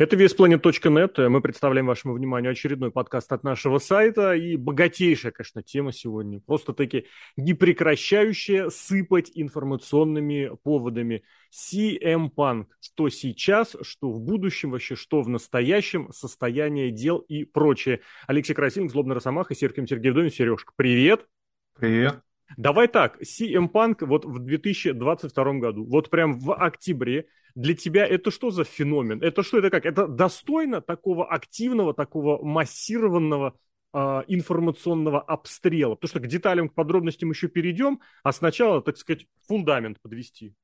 Это весьplanet.net. Мы представляем вашему вниманию очередной подкаст от нашего сайта. И богатейшая, конечно, тема сегодня. Просто-таки непрекращающая сыпать информационными поводами. CM Punk. Что сейчас, что в будущем, вообще что в настоящем, состояние дел и прочее. Алексей Красильник, Злобный Росомаха, Сергей Сергеевдовин. Сережка, привет. Привет. Давай так, CM Punk вот в 2022 году, вот прям в октябре, для тебя это что за феномен? Это что, это как? Это достойно такого активного, такого массированного информационного обстрела? Потому что к деталям, к подробностям еще перейдем, а сначала, так сказать, фундамент подвести.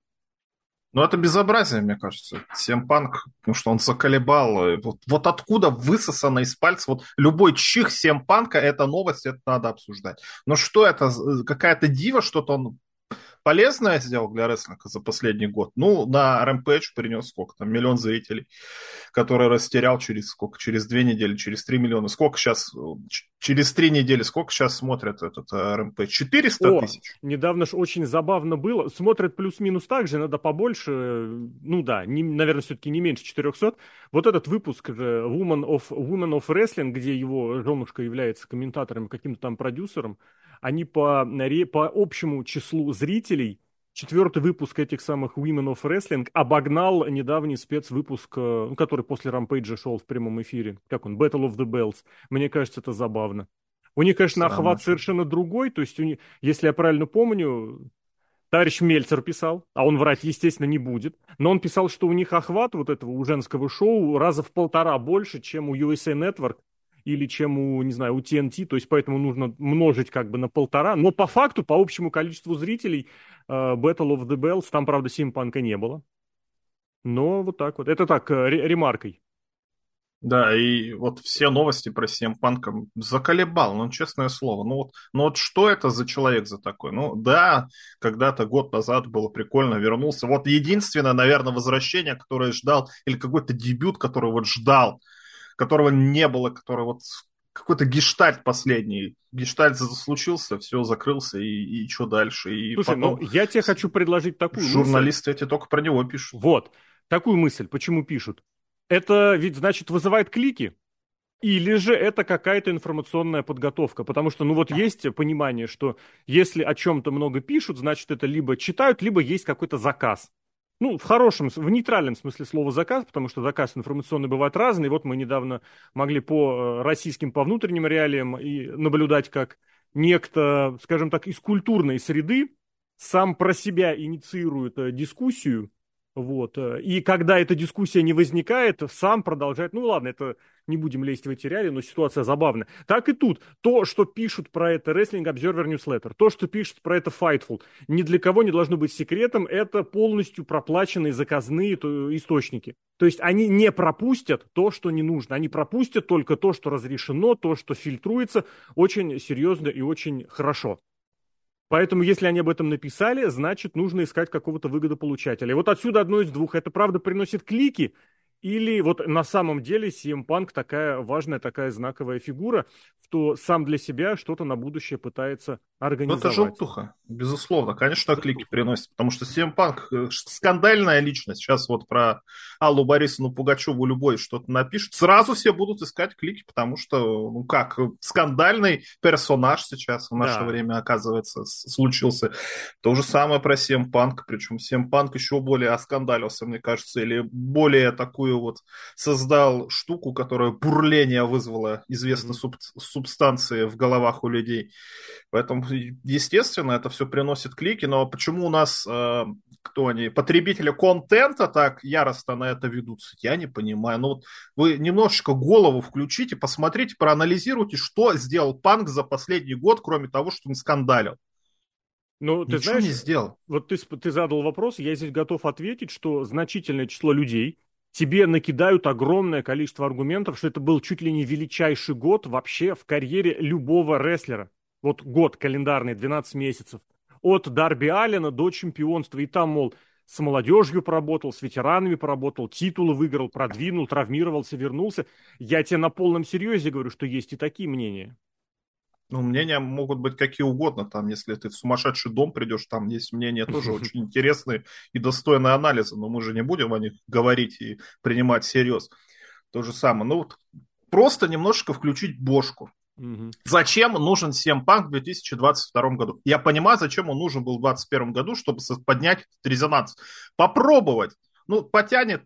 Ну, это безобразие, мне кажется. Панк, потому что он заколебал. Вот откуда высосано из пальца. Вот любой чих Панка, это новость, это надо обсуждать. Но что это? Какая-то дива, что-то он полезное сделал для рестлинга за последний год. Ну, на Rampage принес сколько там, миллион зрителей, который растерял через сколько, через 2 недели, через 3 миллиона. Сколько сейчас, через 3 недели, сколько сейчас смотрят этот Rampage? 400 О, тысяч? недавно ж очень забавно было. Смотрят плюс-минус так же, надо побольше. Ну да, наверное, все-таки не меньше 400. Вот этот выпуск Women of Wrestling, где его женушка является комментатором, каким-то там продюсером, они по общему числу зрителей, четвертый выпуск этих самых Women of Wrestling обогнал недавний спецвыпуск, ну, который после Рампейджа шел в прямом эфире. Как он? Battle of the Bells. Мне кажется, это забавно. У них, конечно, Странно. охват совершенно другой. То есть, если я правильно помню, товарищ Мельцер писал, а он врать, естественно, не будет, но он писал, что у них охват вот этого у женского шоу раза в полтора больше, чем у USA Network или чем у, не знаю, у TNT, то есть поэтому нужно множить как бы на полтора. Но по факту, по общему количеству зрителей, Battle of the Bells, там, правда, Симпанка не было. Но вот так вот. Это так, ремаркой. Да, и вот все новости про Панка заколебал, ну, честное слово. Ну вот что это за человек за такой? Ну, да, когда-то год назад было прикольно, вернулся. Вот единственное, наверное, возвращение, которое ждал, или какой-то дебют, который вот ждал, которого не было, который вот какой-то гештальт последний. Гештальт случился, все, закрылся, и что дальше? И Слушай, ну потом я тебе хочу предложить такую мысль. журналисты эти только про него пишут. Вот, такую мысль, почему пишут. Это ведь, значит, вызывает клики, или же это какая-то информационная подготовка, потому что, ну вот есть понимание, что если о чем-то много пишут, значит, это либо читают, либо есть какой-то заказ. Ну, в нейтральном смысле слова заказ, потому что заказ информационный бывает разный. Вот мы недавно могли по российским, по внутренним реалиям и наблюдать, как некто, скажем так, из культурной среды сам про себя инициирует дискуссию, вот. И когда эта дискуссия не возникает, сам продолжает. Ну ладно, это не будем лезть в эти реалии, но ситуация забавная. Так и тут. То, что пишут про это Wrestling Observer Newsletter, то, что пишут про это Fightful, ни для кого не должно быть секретом. Это полностью проплаченные заказные источники. То есть они не пропустят то, что не нужно. Они пропустят только то, что разрешено, то, что фильтруется очень серьезно и очень хорошо. Поэтому, если они об этом написали, значит, нужно искать какого-то выгодополучателя. И вот отсюда одно из двух. Это правда приносит клики, или вот на самом деле CM Punk такая важная, такая знаковая фигура, что сам для себя что-то на будущее пытается Ну, это организовать. желтуха, безусловно. Конечно, клики Желтуха. приносит, потому что Панк скандальная личность. Сейчас вот про Аллу Борисовну Пугачеву любой что-то напишет. Сразу все будут искать клики, потому что, ну как, скандальный персонаж сейчас в наше Да. время, оказывается, случился. То же самое про Панк, причем Панк еще более оскандалился, мне кажется, или более такую вот создал штуку, которая бурление вызвала известной Мгм. субстанции в головах у людей. Поэтому, естественно, это все приносит клики, но почему у нас, кто они, потребители контента так яростно на это ведутся, я не понимаю. Ну вот вы немножечко голову включите, посмотрите, проанализируйте, что сделал Панк за последний год, кроме того, что он скандалил. Ну, ты Ничего знаешь, не сделал. вот ты задал вопрос, я здесь готов ответить, что значительное число людей тебе накидают огромное количество аргументов, что это был чуть ли не величайший год вообще в карьере любого рестлера. Вот год календарный, 12 месяцев. От Дарби Аллена до чемпионства. И там, мол, с молодежью поработал, с ветеранами поработал, титулы выиграл, продвинул, травмировался, вернулся. Я тебе на полном серьезе говорю, что есть и такие мнения. Ну, мнения могут быть какие угодно. Там, если ты в сумасшедший дом придешь, там есть мнения тоже очень интересные и достойные анализа, но мы же не будем о них говорить и принимать всерьез. То же самое. Ну, вот просто немножечко включить бошку. Мгм. Зачем нужен CM Punk в 2022 году? Я понимаю, зачем он нужен был в 2021 году, чтобы поднять этот резонанс. Попробовать. Ну, потянет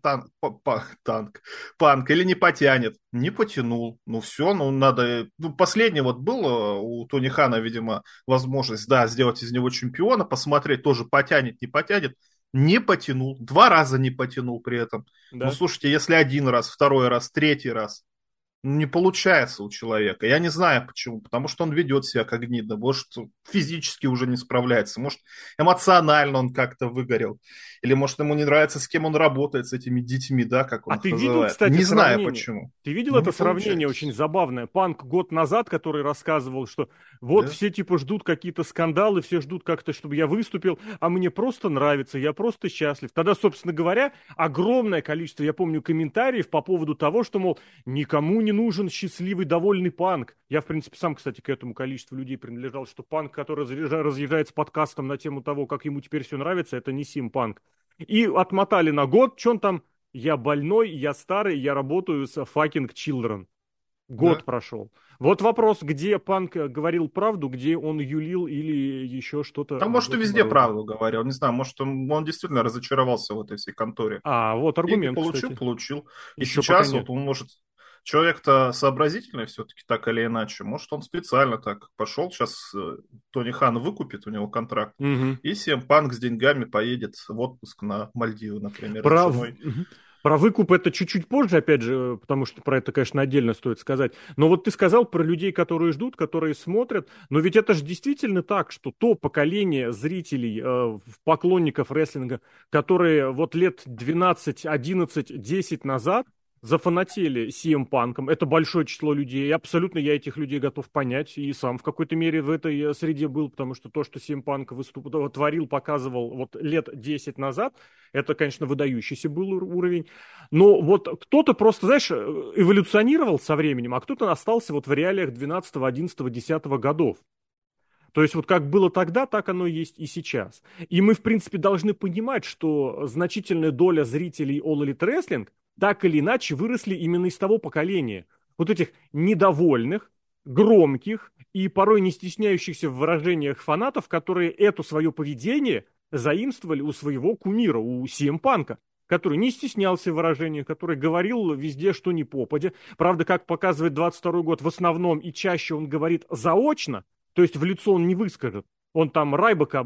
танк, панк или не потянет? Не потянул. Ну, все, ну, надо... Ну, последний вот был у Тони Хана, видимо, возможность, да, сделать из него чемпиона, посмотреть, тоже потянет, не потянет. Не потянул. 2 раза не потянул при этом. Ну, Да. слушайте, если 1 раз, 2 раз, 3 раз, не получается у человека. Я не знаю почему. Потому что он ведет себя как гнида. Может, физически уже не справляется. Может, эмоционально он как-то выгорел. Или, может, ему не нравится, с кем он работает, с этими детьми, да, как он А их ты видел, называет. кстати, Не знаю сравнение? почему. Ты видел Ну, это не сравнение получается. очень забавное? Панк год назад, который рассказывал, что вот Да? все типа ждут какие-то скандалы, все ждут как-то, чтобы я выступил, а мне просто нравится, я просто счастлив. Тогда, собственно говоря, огромное количество, я помню, комментариев по поводу того, что, мол, никому не нужен счастливый, довольный панк. Я, в принципе, сам, кстати, к этому количеству людей принадлежал, что панк, который разъезжает с подкастом на тему того, как ему теперь все нравится, это не сим-панк. И отмотали на год, что он там я больной, я старый, я работаю с fucking children. Год Да? прошел. Вот вопрос, где Панк говорил правду, где он юлил или еще что-то Там, в может, и этом везде роде. правду говорил. Не знаю, может, он действительно разочаровался в этой всей конторе. А, вот Деньги аргумент, получил, кстати. получил. И Еще пока сейчас нет. вот он может... Человек-то сообразительный все-таки, так или иначе. Может, он специально так пошел. Сейчас Тони Хан выкупит у него контракт. Мгм. И CM Панк с деньгами поедет в отпуск на Мальдивы, например, с Про, женой. мгм. Про выкуп это чуть-чуть позже, опять же, потому что про это, конечно, отдельно стоит сказать. Но вот ты сказал про людей, которые ждут, которые смотрят. Но ведь это же действительно так, что то поколение зрителей, поклонников рестлинга, которые вот лет 12, 11, 10 назад зафанатели CM Панком, это большое число людей, и абсолютно я этих людей готов понять, и сам в какой-то мере в этой среде был, потому что то, что CM Панк творил, показывал вот лет 10 назад, это, конечно, выдающийся был уровень. Но вот кто-то просто, знаешь, эволюционировал со временем, а кто-то остался вот в реалиях 12, 11, 10 годов. То есть вот как было тогда, так оно и есть и сейчас. И мы, в принципе, должны понимать, что значительная доля зрителей All Elite Wrestling так или иначе выросли именно из того поколения. Вот этих недовольных, громких и порой не стесняющихся в выражениях фанатов, которые это свое поведение заимствовали у своего кумира, у CM Панка, который не стеснялся в выражениях, который говорил везде, что ни попадя. Правда, как показывает 22 год, в основном и чаще он говорит заочно, то есть в лицо он не выскажет. Он там Райбека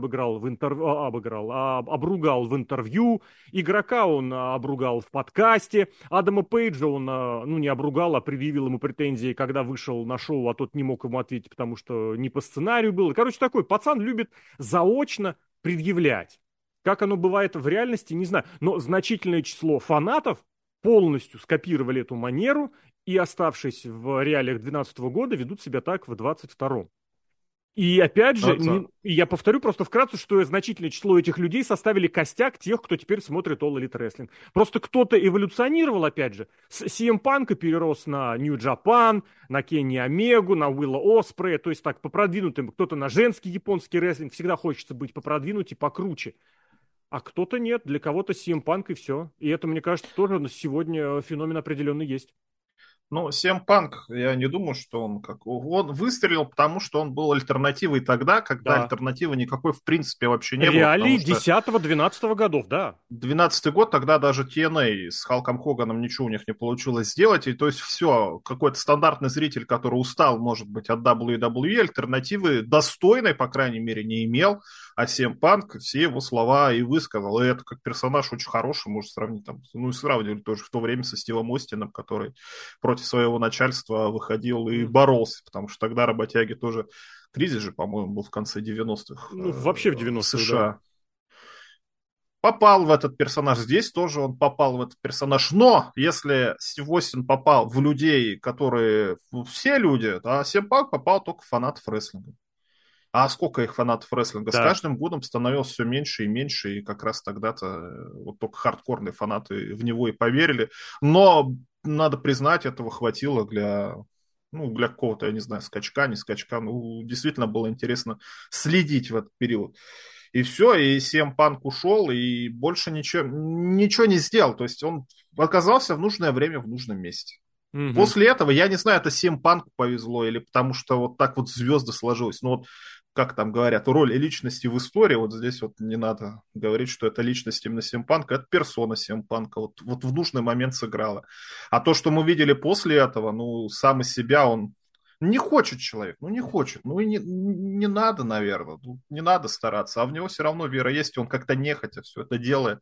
обругал в интервью, игрока он обругал в подкасте, Адама Пейджа он, ну, не обругал, а предъявил ему претензии, когда вышел на шоу, а тот не мог ему ответить, потому что не по сценарию было. Короче, такой пацан любит заочно предъявлять. Как оно бывает в реальности, не знаю. Но значительное число фанатов полностью скопировали эту манеру и, оставшись в реалиях 2012 года, ведут себя так в 22-м. И опять же, Это, и я повторю просто вкратце, что значительное число этих людей составили костяк тех, кто теперь смотрит All Elite Wrestling. Просто кто-то эволюционировал, опять же. С CM Punk перерос на New Japan, на Кенни Омегу, на Уилла Оспрея, то есть так по продвинутым. Кто-то на женский японский рестлинг, всегда хочется быть попродвинуть и покруче. А кто-то нет, для кого-то CM Punk и все. И это, мне кажется, тоже сегодня феномен определенный есть. ну, CM Панк, я не думаю, что он как... Он выстрелил, потому что он был альтернативой тогда, когда Да. альтернативы никакой в принципе вообще не было, Реалии потому что 10-12 годов, да. 12 год, тогда даже TNA с Халком Хоганом ничего у них не получилось сделать, и то есть все, какой-то стандартный зритель, который устал, может быть, от WWE, альтернативы достойной, по крайней мере, не имел, а CM Панк все его слова и высказал, и это как персонаж очень хороший, можно сравнить там, ну и сравнивали тоже в то время со Стивом Остином, который против своего начальства выходил и Мгм. боролся, потому что тогда работяги тоже, кризис же, по-моему, был в конце 90-х Ну, вообще в в 90-х, да. США, попал в этот персонаж. Здесь тоже он попал в этот персонаж. Но если Стив Остин попал в людей, которые все люди, а Симпак попал только в фанатов рестлинга. А сколько их фанатов рестлинга? С Да. каждым годом становилось все меньше и меньше, и как раз тогда-то вот только хардкорные фанаты в него и поверили. Но надо признать, этого хватило для Ну, для какого-то, я не знаю, скачка, не скачка. Ну, действительно было интересно следить в этот период. И все, и CM Punk ушел, и больше ничего не сделал. То есть он оказался в нужное время в нужном месте. Мгм. После этого, я не знаю, это CM Punk повезло, или потому что вот так вот звезды сложилось. Ну вот, как там говорят, роль личности в истории, вот здесь вот не надо говорить, что это личность именно CM Punk, это персона CM Punk, вот в нужный момент сыграла. А то, что мы видели после этого, ну, сам из себя он не хочет человек, ну не хочет, ну и не надо, наверное, ну, не надо стараться, а в него все равно вера есть, и он как-то нехотя все это делает.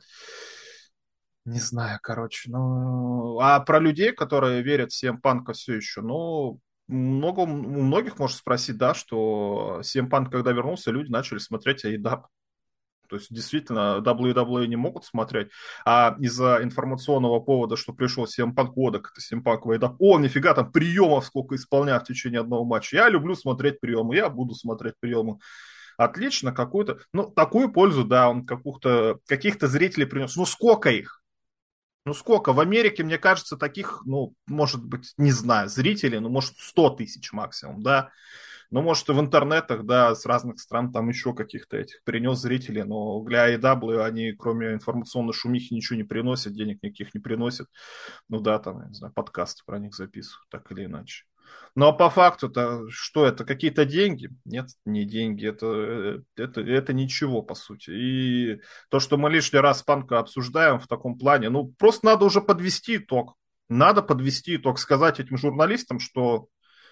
Не знаю, короче, ну... А про людей, которые верят CM Панка все еще, ну, у многих можно спросить, да, что CM Punk, когда вернулся, люди начали смотреть AEW. То есть, действительно, WWE не могут смотреть, а из-за информационного повода, что пришел CM Punk, так это CM Punk в AEW, о, нифига, там приемов сколько исполнял в течение одного матча. Я люблю смотреть приемы, я буду смотреть приемы. Отлично, какую-то, ну, такую пользу, да, он каких-то зрителей принес. Ну, сколько их? Ну сколько? В Америке, мне кажется, таких, ну, может быть, не знаю, зрителей, ну, может, 100 тысяч максимум, да. Ну, может, и в интернетах, да, с разных стран там еще каких-то этих принес зрителей, но для AEW они, кроме информационной шумихи, ничего не приносят, денег никаких не приносят. Ну да, там, я не знаю, подкасты про них записывают, так или иначе. Но по факту-то что это? Какие-то деньги? Нет, не деньги. Это ничего, по сути. И то, что мы лишний раз Панка обсуждаем в таком плане, ну, просто надо уже подвести итог. Надо подвести итог, сказать этим журналистам, что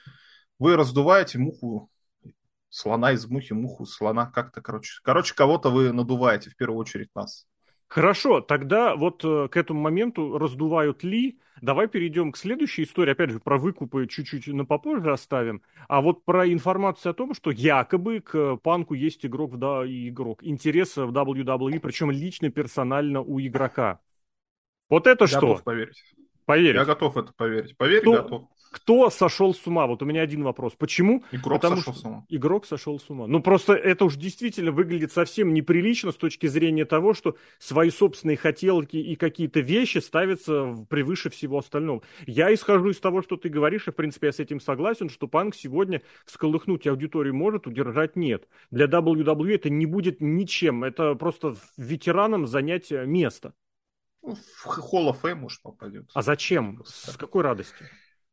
вы раздуваете муху, слона из мухи, муху слона, как-то, короче. Короче, кого-то вы надуваете, в первую очередь нас. Хорошо, тогда вот к этому моменту раздувают Ли. Давай перейдем к следующей истории. Опять же, про выкупы чуть-чуть на попозже оставим. А вот про информацию о том, что якобы к Панку есть игрок, да, и игрок. Интереса в WWE, причем лично, персонально у игрока. Вот это Готов что? поверить. Я Поверить. готов это поверить. Поверь, Кто, готов. кто сошел с ума? Вот у меня один вопрос. Почему? Игрок Потому сошел что с ума. игрок сошел с ума. Ну, просто это уж действительно выглядит совсем неприлично с точки зрения того, что свои собственные хотелки и какие-то вещи ставятся превыше всего остального. Я исхожу из того, что ты говоришь, и, в принципе, я с этим согласен, что Панк сегодня всколыхнуть аудиторию может, удержать нет. Для WWE это не будет ничем. Это просто ветеранам занять место. Ну, в Hall of Fame, может, попадет. А зачем? С Просто. какой радостью?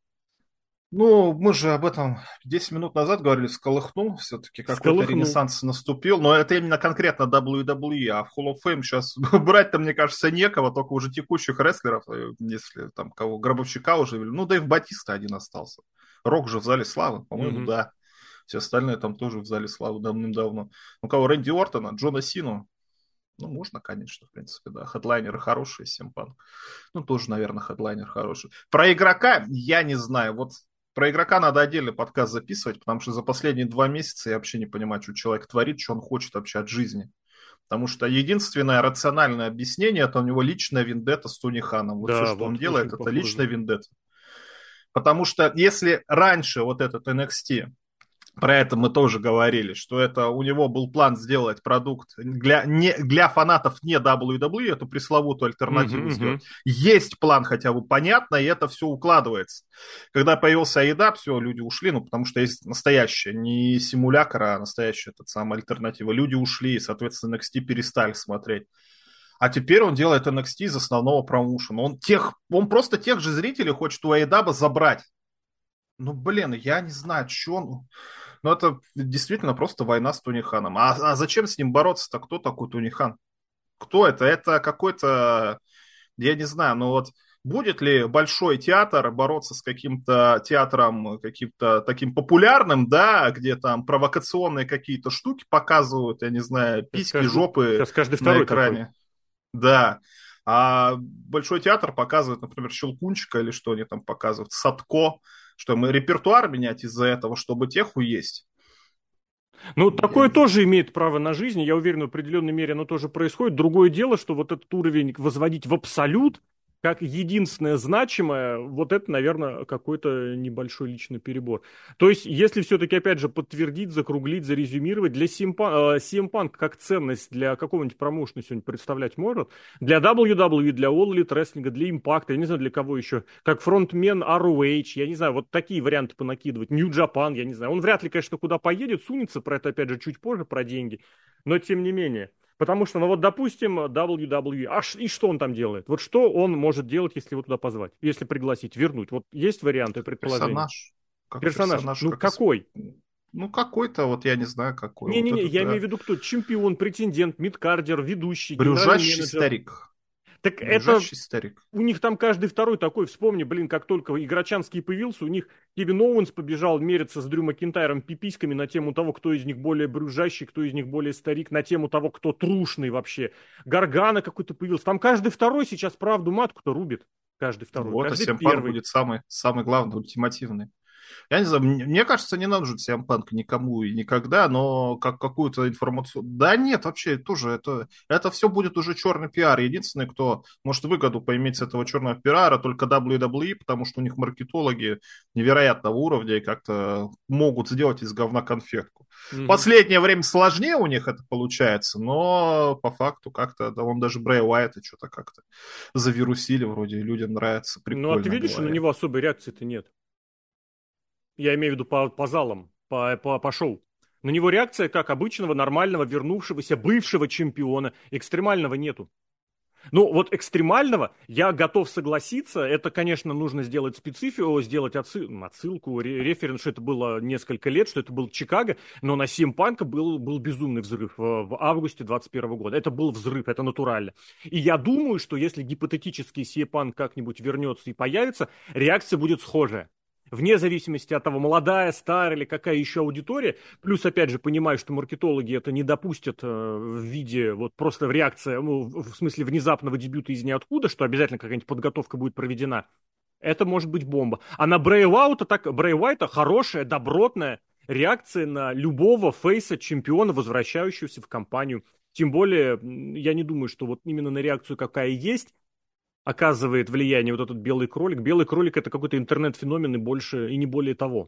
Ну, мы же об этом 10 минут назад говорили, всколыхнул, все-таки какой-то Всколыхнул. ренессанс наступил, но это именно конкретно WWE, а в Hall of Fame сейчас брать-то, мне кажется, некого, только уже текущих рестлеров, если там кого, Гробовщика уже ввели, ну, Дэйв Батиста один остался. Рок же в Зале Славы, по-моему, Мгм. да. Все остальные там тоже в Зале Славы давным-давно. У кого Рэнди Ортона, Джона Сину, ну, можно, конечно, в принципе, да. Хедлайнеры хорошие, Симпан. Ну, тоже, наверное, хедлайнер хороший. Про игрока я не знаю. Вот про игрока надо отдельный подкаст записывать, потому что за последние 2 месяца я вообще не понимаю, что человек творит, что он хочет вообще от жизни. Потому что единственное рациональное объяснение это у него личная вендетта с Тони Ханом. Вот все, Да, что он вот делает, очень это похоже. личная вендетта. Потому что если раньше вот этот NXT про это мы тоже говорили, что это у него был план сделать продукт для фанатов не WWE, эту пресловутую Мгм, альтернативу сделать. мгм. Есть план хотя бы понятно, и это все укладывается. Когда появился AEW, все, люди ушли, ну, потому что есть настоящая, не симулятор, а настоящая эта самая альтернатива. Люди ушли, и, соответственно, NXT перестали смотреть. А теперь он делает NXT из основного промоушена. Он просто тех же зрителей хочет у AEW забрать. Ну, блин, я не знаю, что он... Ну, это действительно просто война с Тони Ханом. А зачем с ним бороться-то? Кто такой Тони Хан? Кто это? Это какой-то, я не знаю, ну вот будет ли большой театр бороться с каким-то театром, каким-то таким популярным, да, где там провокационные какие-то штуки показывают, я не знаю, письки, жопы Сейчас каждый на второй такой. экране. Да. А Большой театр показывает, например, Щелкунчика или что они там показывают, Садко, что мы репертуар менять из-за этого, чтобы тех уесть. Ну, Я такое не знаю. тоже имеет право на жизнь. Я уверен, в определенной мере оно тоже происходит. Другое дело, что вот этот уровень возводить в абсолют, как единственное значимое, вот это, наверное, какой-то небольшой личный перебор. То есть, если все-таки, опять же, подтвердить, закруглить, зарезюмировать, для CM Punk как ценность для какого-нибудь промоушена сегодня представлять может, для WWE, для All Elite Wrestling, для Impact, я не знаю, для кого еще, как фронтмен ROH, я не знаю, вот такие варианты понакидывать, New Japan, я не знаю. Он вряд ли, конечно, куда поедет, сунется, про это, опять же, чуть позже, про деньги, но тем не менее. Потому что, ну вот, допустим, WWE, и что он там делает? Вот что он может делать, если его туда позвать, если пригласить, вернуть? Вот есть варианты, предположения? Персонаж. Как Персонаж, персонаж, ну как... какой? Ну, какой-то, вот я не знаю, какой. Вот Не-не-не, этот я имею в виду кто? Чемпион, претендент, мидкардер, ведущий, генеральный брюзжащий менеджер. старик. Так это Брюзжащий старик. у них там каждый второй такой, вспомни, блин, как только Игрочанский появился, у них Кевин Оуэнс побежал мериться с Дрю Макинтайром пиписьками на тему того, кто из них более брюзжащий, кто из них более старик, на тему того, кто трушный вообще. Гаргана какой-то появился. Там каждый второй сейчас правду матку-то рубит. Каждый второй, Вот, а каждый Симпанк первый. будет самый главный, ультимативный. Я не знаю, мне кажется, не надо же CM Punk никому и никогда, но как какую-то информацию... Да нет, вообще тоже это все будет уже черный пиар. Единственный, кто может выгоду поиметь с этого черного пиара, только WWE, потому что у них маркетологи невероятного уровня и как-то могут сделать из говна конфетку. В Мгм. последнее время сложнее у них это получается, но по факту как-то, да, он даже Брэй Уайта что-то как-то завирусили вроде, и людям нравится, Ну, а ты прикольно видишь, на говорят. него особой реакции-то нет. Я имею в виду по залам, по шоу. На него реакция, как обычного, нормального, вернувшегося, бывшего чемпиона. Экстремального нету. Ну, вот экстремального я готов согласиться. Это, конечно, нужно сделать специфику, сделать отсылку, референс, что это было несколько лет, что это был Чикаго, но на Симпанка был безумный взрыв в августе 2021 года. Это был взрыв, это натурально. И я думаю, что если гипотетически Симпанк как-нибудь вернется и появится, реакция будет схожая. Вне зависимости от того, молодая, старая или какая еще аудитория, плюс, опять же, понимаю, что маркетологи это не допустят в виде вот просто в реакция, ну, в смысле внезапного дебюта из ниоткуда, что обязательно какая-нибудь подготовка будет проведена. Это может быть бомба. А на Брэй Уайта хорошая, добротная реакция на любого фейса чемпиона, возвращающегося в компанию. Тем более, я не думаю, что вот именно на реакцию какая есть, оказывает влияние вот этот белый кролик. Белый кролик это какой-то интернет-феномен и больше, и не более того.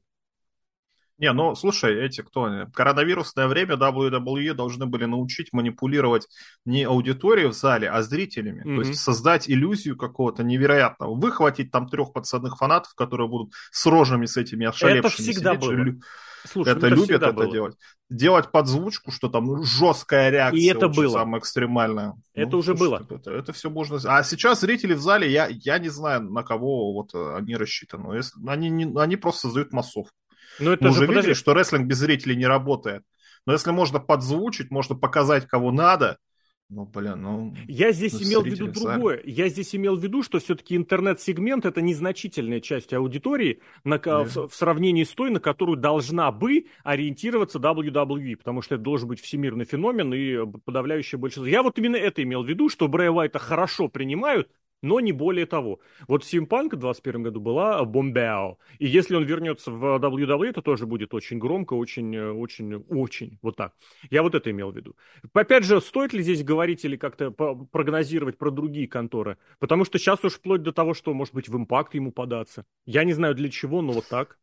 Не, ну, слушай, эти кто они? Коронавирусное время WWE должны были научить манипулировать не аудиторией в зале, а зрителями. То есть Мгм. создать иллюзию какого-то невероятного. Выхватить там 3 подсадных фанатов, которые будут с рожами с этими Это ошалевшими всегда сидеть. было. Слушай, ну Это это любят всегда это было. делать. Делать подзвучку, что там жесткая И реакция, это очень было. самая экстремальная. Это Ну, уже слушай, было. так это все можно... А сейчас зрители в зале, я не знаю, на кого вот они рассчитаны. Если, они просто создают массовку. Но Мы это же, уже видели, подожди, что рестлинг без зрителей не работает. Но если можно подзвучить, можно показать, кого надо, ну, блин, я здесь имел в виду зрители в зале. другое. Я здесь имел в виду, что все-таки интернет-сегмент это незначительная часть аудитории Верно. в сравнении с той, на которую должна бы ориентироваться WWE, потому что это должен быть всемирный феномен и подавляющее большинство. Я вот именно это имел в виду, что Брэя Уайта хорошо принимают, но не более того. Вот Симпанк в 2021 году была бомбяо. И если он вернется в WWE, это тоже будет очень громко, очень, очень, очень вот так. Я вот это имел в виду. Опять же, стоит ли здесь говорить или как-то прогнозировать про другие конторы? Потому что сейчас уж вплоть до того, что, может быть, в импакт ему податься. Я не знаю для чего, но вот так.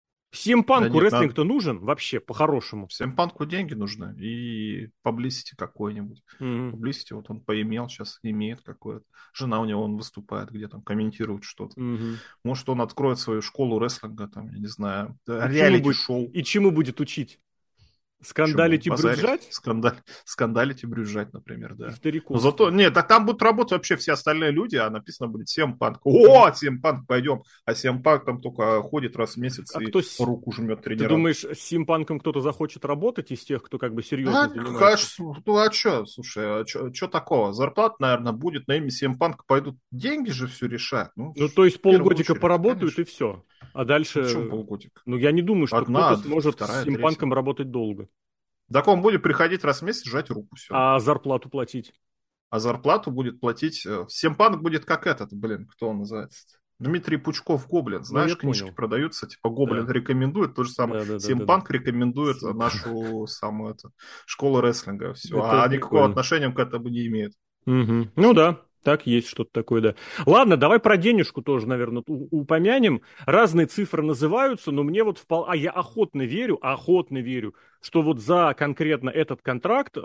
Да Симпанку нет, надо. рестлинг-то нужен вообще, по-хорошему. Всем панку деньги нужны. И паблисити какой-нибудь. Мгм. Паблисити вот он поимел, сейчас имеет какое-то. Жена у него, он выступает, где там комментирует что-то. Мгм. Может, он откроет свою школу рестлинга, там, я не знаю, И чему будет, реалити-шоу. и чему будет учить? Чему? Скандалить и Базарить, брюзжать? скандалить и брюзжать, например, И да. Но зато, стариковствовать? нет, так там будут работать вообще все остальные люди, а написано будет CM Punk. О, CM Punk, пойдем. А CM Punk там только ходит раз в месяц А и кто, руку жмет ты тренерам. думаешь, с Симпанком кто-то захочет работать из тех, кто как бы серьезно Да, занимается? конечно, ну а что, слушай, а что такого? Зарплата, наверное, будет, на имя CM Punk пойдут. Деньги же все решают. Ну, Ну, то есть в первую полгодика очередь, поработают и конечно. все. А Почему дальше, полгодика? ну, я не думаю, что кто-то Одна, сможет с вторая, третья. Симпанком работать долго. Так он будет приходить раз в месяц, жать руку, все. А зарплату платить? А зарплату будет платить... Семпанк будет как этот, блин, кто он называется? Дмитрий Пучков Гоблин. Ну, я Знаешь, книжки понял. продаются, типа Гоблин Да, рекомендует, то же самое. да, да, да, да, да. Семпанк рекомендует Симпанк. нашу самую школу рестлинга. Все. Это А никакого прикольно. отношения к этому не имеет. Мгм. Ну да. Так, есть что-то такое, да. Ладно, давай про денежку тоже, наверное, упомянем. Разные цифры называются, но мне вот я охотно верю, что вот за конкретно этот контракт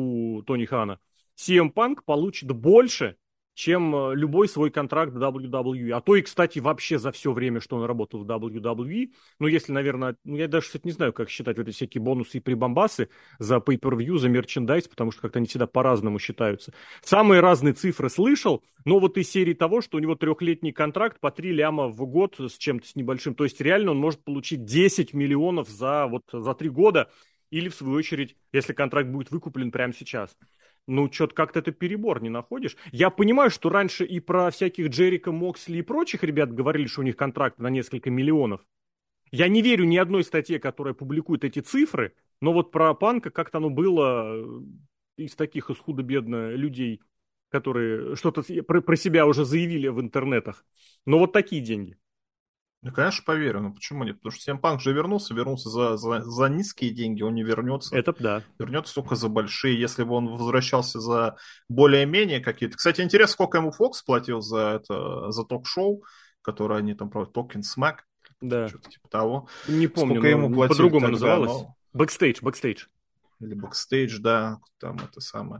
у Тони Хана CM Punk получит больше, чем любой свой контракт в WWE. А то и, кстати, вообще за все время, что он работал в WWE, ну, если, наверное, ну, я даже, кстати, не знаю, как считать вот эти всякие бонусы и прибамбасы за pay-per-view, за мерчендайз, потому что как-то они всегда по-разному считаются. Самые разные цифры слышал, но вот из серии того, что у него трехлетний контракт по 3 ляма в год с чем-то, с небольшим. То есть реально он может получить 10 миллионов за 3 года, или, в свою очередь, если контракт будет выкуплен прямо сейчас. Ну, что-то как-то это перебор, не находишь? Я понимаю, что раньше и про всяких Джерика, Моксли и прочих ребят говорили, что у них контракт на несколько миллионов. Я не верю ни одной статье, которая публикует эти цифры, но вот про Панка как-то оно было из таких из худо-бедно людей, которые что-то про себя уже заявили в интернетах. Но вот такие деньги. Ну, конечно, поверю. Ну, почему нет? Потому что CM Punk же вернулся за низкие деньги, он не вернется. Это да. Вернется только за большие. Если бы он возвращался за более-менее какие-то... Кстати, интересно, сколько ему Фокс платил за ток-шоу, которое они там проводят, Talking Smack, Да. что-то типа того. Не помню, Сколько ему но платили по-другому тогда, называлось. но... Бэкстейдж. Или бэкстейдж, да, там это самое.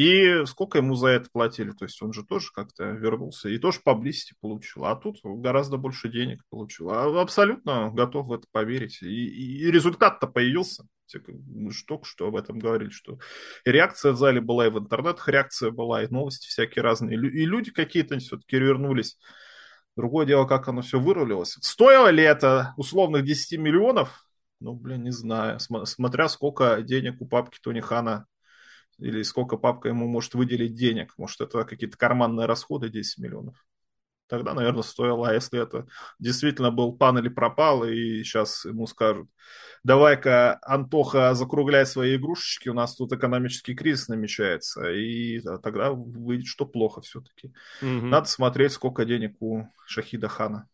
И сколько ему за это платили? То есть он же тоже как-то вернулся и тоже поблизости получил. А тут гораздо больше денег получил. А абсолютно готов в это поверить. И результат-то появился. Мы же только что об этом говорили, что и реакция в зале была, и в интернетах реакция была, и новости всякие разные. И люди какие-то все-таки вернулись. Другое дело, как оно все вырулилось. Стоило ли это условных 10 миллионов? Ну, блин, не знаю. Смотря сколько денег у папки Тони Хана или сколько папка ему может выделить денег. Может, это какие-то карманные расходы 10 миллионов. Тогда, наверное, стоило. А если это действительно был пан или пропал, и сейчас ему скажут, давай-ка, Антоха, закругляй свои игрушечки, у нас тут экономический кризис намечается. И тогда выйдет, что плохо все-таки. Угу. Надо смотреть, сколько денег у Шахида Хана.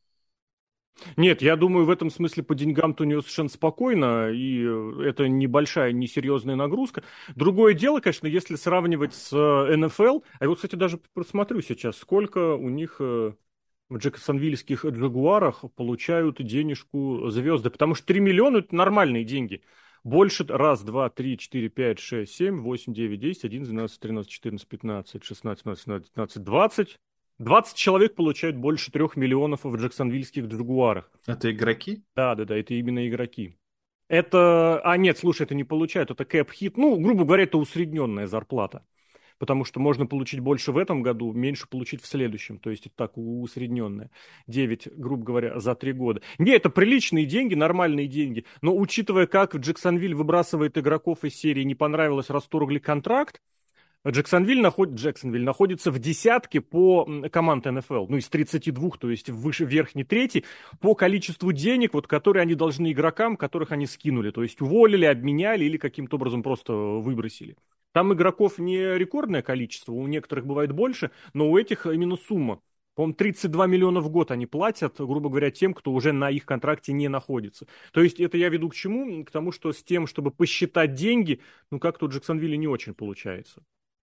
Нет, я думаю, в этом смысле по деньгам-то у него совершенно спокойно, и это небольшая, несерьезная нагрузка. Другое дело, конечно, если сравнивать с НФЛ, а я вот, кстати, даже просмотрю сейчас, сколько у них в джексонвильских Джагуарах получают денежку звезды, потому что 3 миллиона – это нормальные деньги. Больше, раз, два, три, четыре, пять, шесть, семь, восемь, девять, десять, 11, 12, 13, 14, 15, 16, 17, 18, 19, 20. 20 человек получают больше 3 миллионов в джексонвильских Джагуарах. Это игроки? Да, это именно игроки. Это... А, нет, слушай, это не получают, это кэп-хит. Ну, грубо говоря, это усредненная зарплата. Потому что можно получить больше в этом году, меньше получить в следующем. То есть это так усредненное. 9, грубо говоря, за 3 года. Не, это приличные деньги, нормальные деньги. Но учитывая, как Джексонвиль выбрасывает игроков из серии «Не понравилось, расторгли контракт», Джексонвиль находится в десятке по команд НФЛ, ну, из 32, то есть выше верхней трети, по количеству денег, вот, которые они должны игрокам, которых они скинули, то есть уволили, обменяли или каким-то образом просто выбросили. Там игроков не рекордное количество, у некоторых бывает больше, но у этих именно сумма. По-моему, 32 миллиона в год они платят, грубо говоря, тем, кто уже на их контракте не находится. То есть это я веду к чему? К тому, что с тем, чтобы посчитать деньги, ну, как-то у Джексонвилля не очень получается.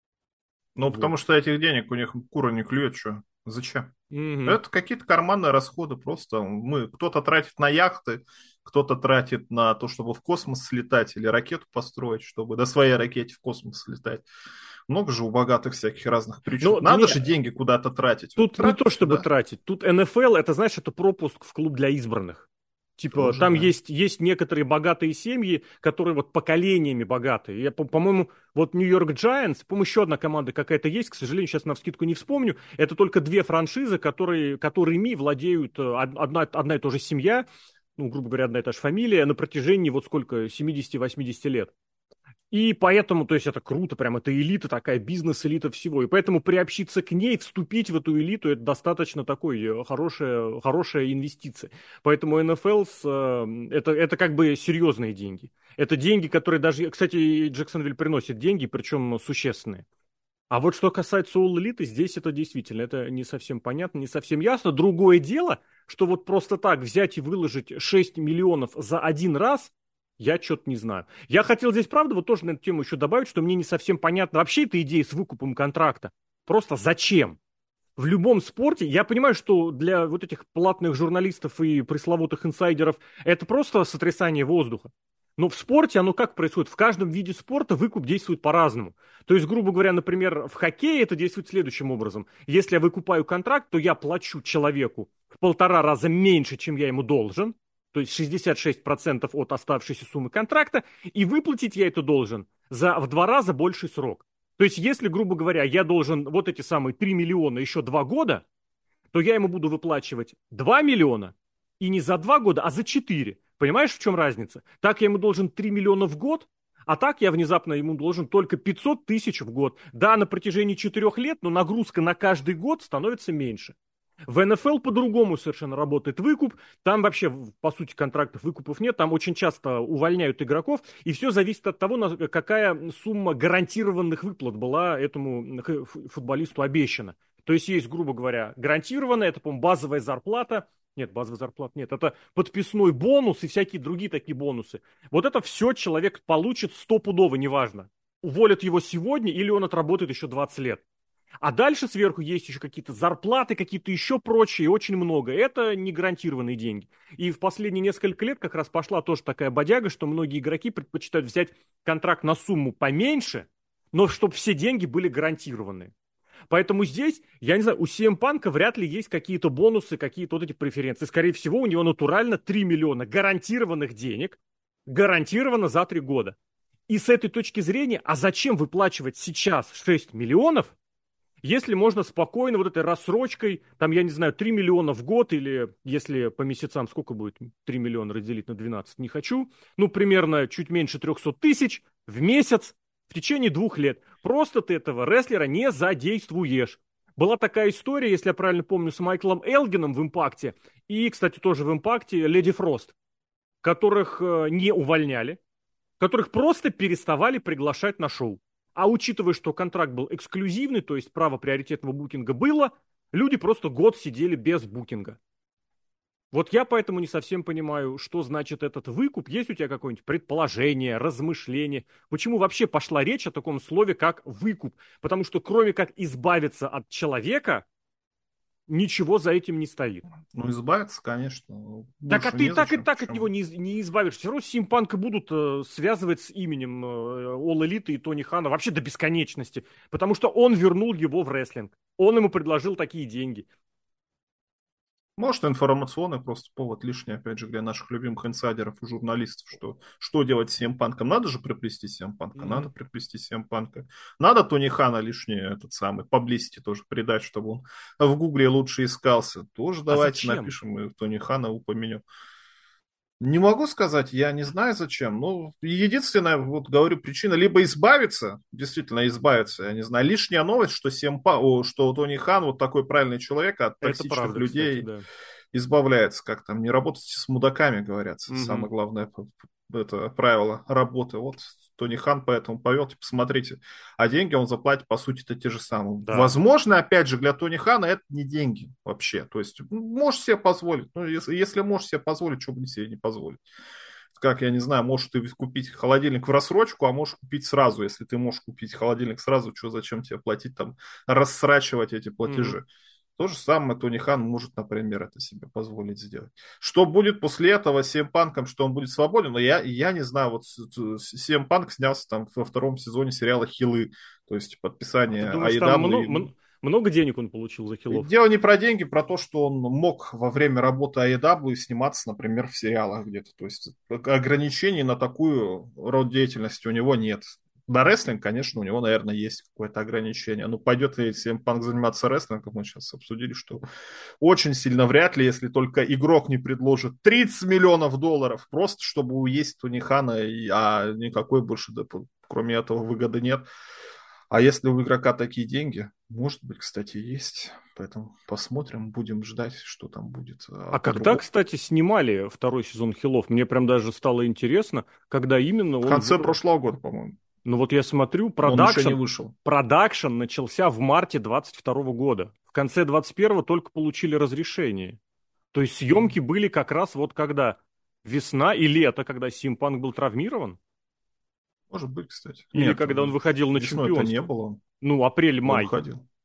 Ну, Вот. потому что этих денег у них кура не клюет, что? Зачем? Мгм. Это какие-то карманные расходы просто. Кто-то тратит на яхты, кто-то тратит на то, чтобы в космос слетать или ракету построить, чтобы до своей ракете в космос слетать. Много же у богатых всяких разных причуд. Ну, Надо не, же деньги куда-то тратить. Вот тут не то тратят чтобы сюда. тратить. Тут НФЛ, это, знаешь, это пропуск в клуб для избранных. Типа, Тоже, там да. есть некоторые богатые семьи, которые вот поколениями богатые. Я, по-моему, вот Нью-Йорк Giants, по-моему, еще одна команда какая-то есть, к сожалению, сейчас навскидку не вспомню. Это только две франшизы, которыми владеют одна и та же семья, ну, грубо говоря, одна и та же фамилия, на протяжении вот сколько, 70-80 лет. И поэтому, то есть это круто, прям это элита такая, бизнес-элита всего. И поэтому приобщиться к ней, вступить в эту элиту, это достаточно такой хорошая инвестиция. Поэтому НФЛ это как бы серьезные деньги. Это деньги, которые даже, кстати, Джексонвиль приносит деньги, причем существенные. А вот что касается All Elite, здесь это действительно, это не совсем понятно, не совсем ясно. Другое дело, что вот просто так взять и выложить 6 миллионов за один раз, я что-то не знаю. Я хотел здесь, правда, вот тоже на эту тему еще добавить, что мне не совсем понятна вообще эта идея с выкупом контракта. Просто зачем? В любом спорте, я понимаю, что для вот этих платных журналистов и пресловутых инсайдеров это просто сотрясание воздуха. Но в спорте оно как происходит? В каждом виде спорта выкуп действует по-разному. То есть, грубо говоря, например, в хоккее это действует следующим образом. Если я выкупаю контракт, то я плачу человеку в 1,5 раза меньше, чем я ему должен, то есть 66% от оставшейся суммы контракта, и выплатить я это должен за в 2 раза больший срок. То есть, если, грубо говоря, я должен вот эти самые 3 миллиона еще 2 года, то я ему буду выплачивать 2 миллиона и не за 2 года, а за 4. Понимаешь, в чем разница? Так я ему должен 3 миллиона в год, а так я внезапно ему должен только 500 тысяч в год. Да, на протяжении 4 лет, но нагрузка на каждый год становится меньше. В НФЛ по-другому совершенно работает выкуп. Там вообще, по сути, контрактов выкупов нет. Там очень часто увольняют игроков. И все зависит от того, какая сумма гарантированных выплат была этому футболисту обещана. То есть есть, грубо говоря, гарантированная, это, по-моему, базовая зарплата. Нет, базовая зарплата нет. Это подписной бонус и всякие другие такие бонусы. Вот это все человек получит стопудово, неважно. Уволят его сегодня или он отработает еще 20 лет. А дальше сверху есть еще какие-то зарплаты, какие-то еще прочие, и очень много. Это не гарантированные деньги. И в последние несколько лет как раз пошла тоже такая бодяга, что многие игроки предпочитают взять контракт на сумму поменьше, но чтобы все деньги были гарантированы. Поэтому здесь, я не знаю, у CM Punk вряд ли есть какие-то бонусы, какие-то вот эти преференции. Скорее всего, у него натурально 3 миллиона гарантированных денег, гарантированно за 3 года. И с этой точки зрения, а зачем выплачивать сейчас 6 миллионов, если можно спокойно вот этой рассрочкой, там, я не знаю, 3 миллиона в год, или если по месяцам сколько будет 3 миллиона разделить на 12, не хочу, ну, примерно чуть меньше 300 тысяч в месяц в течение 2 лет. Просто ты этого рестлера не задействуешь. Была такая история, если я правильно помню, с Майклом Элгином в «Импакте», и, кстати, тоже в «Импакте» Леди Фрост, которых не увольняли, которых просто переставали приглашать на шоу. А учитывая, что контракт был эксклюзивный, то есть право приоритетного букинга было, люди просто год сидели без букинга. Вот я поэтому не совсем понимаю, что значит этот выкуп. Есть у тебя какое-нибудь предположение, размышление? Почему вообще пошла речь о таком слове, как выкуп? Потому что кроме как избавиться от человека, ничего за этим не стоит. Ну, избавиться, конечно. Так а Больше ты так и незачем. так от него не избавишься. Все равно Симпанка будут связывать с именем All Elite и Тони Хана вообще до бесконечности. Потому что он вернул его в рестлинг. Он ему предложил такие деньги. Может, информационный просто повод лишний, опять же, для наших любимых инсайдеров и журналистов, что делать с CM Панком. Надо же приплести CM Панка, надо приплести CM Панка. Надо Тони Хана лишний этот самый, поблизости тоже придать, чтобы он в Гугле лучше искался. Тоже А давайте зачем? напишем и Тони Хана упомянем. Не могу сказать, я не знаю зачем. Ну, единственная, вот говорю, причина либо избавиться, действительно избавиться, я не знаю, лишняя новость, что что Тони Хан, вот такой правильный человек, от Это токсичных правда, кстати, людей да. избавляется. Как там, не работайте с мудаками, говорят. Мгм. Самое главное это правило работы. Вот Тони Хан поэтому повел, типа, смотрите, а деньги он заплатит, по сути-то, те же самые. Да. Возможно, опять же, для Тони Хана это не деньги вообще. То есть, можешь себе позволить. Ну, если можешь себе позволить, что бы себе не позволить. Как, я не знаю, можешь ты купить холодильник в рассрочку, а можешь купить сразу. Если ты можешь купить холодильник сразу, что, зачем тебе платить, там, рассрачивать эти Мгм. платежи. То же самое Тони Хан может, например, это себе позволить сделать. Что будет после этого с CM Панком, что он будет свободен, но я не знаю, вот CM Панк снялся там во 2 сезоне сериала «Хилы», то есть А ты подписание думаешь, там AEW. много денег он получил за хилов? Дело не про деньги, про то, что он мог во время работы AEW сниматься, например, в сериалах где-то. То есть ограничений на такую род деятельности у него нет. На рестлинг, конечно, у него, наверное, есть какое-то ограничение. Ну, пойдет ли CM Punk заниматься рестлингом, мы сейчас обсудили, что очень сильно вряд ли, если только игрок не предложит 30 миллионов долларов, просто чтобы уесть Тони Хана, а никакой больше, да, кроме этого, выгоды нет. А если у игрока такие деньги, может быть, кстати, есть. Поэтому посмотрим, будем ждать, что там будет. А А когда, по-другому. кстати, снимали 2 сезон хилов? Мне прям даже стало интересно, когда именно В он конце вышел. прошлого года, по-моему. Ну вот я смотрю, Он еще не вышел. продакшн начался в марте 22 года. В конце 21-го только получили разрешение. То есть съемки были как раз вот когда весна и лето, когда Симпанк был травмирован, Может быть, кстати. или Нет, когда он выходил на весной это не чемпионство. было. Он Ну, апрель-май. выходил.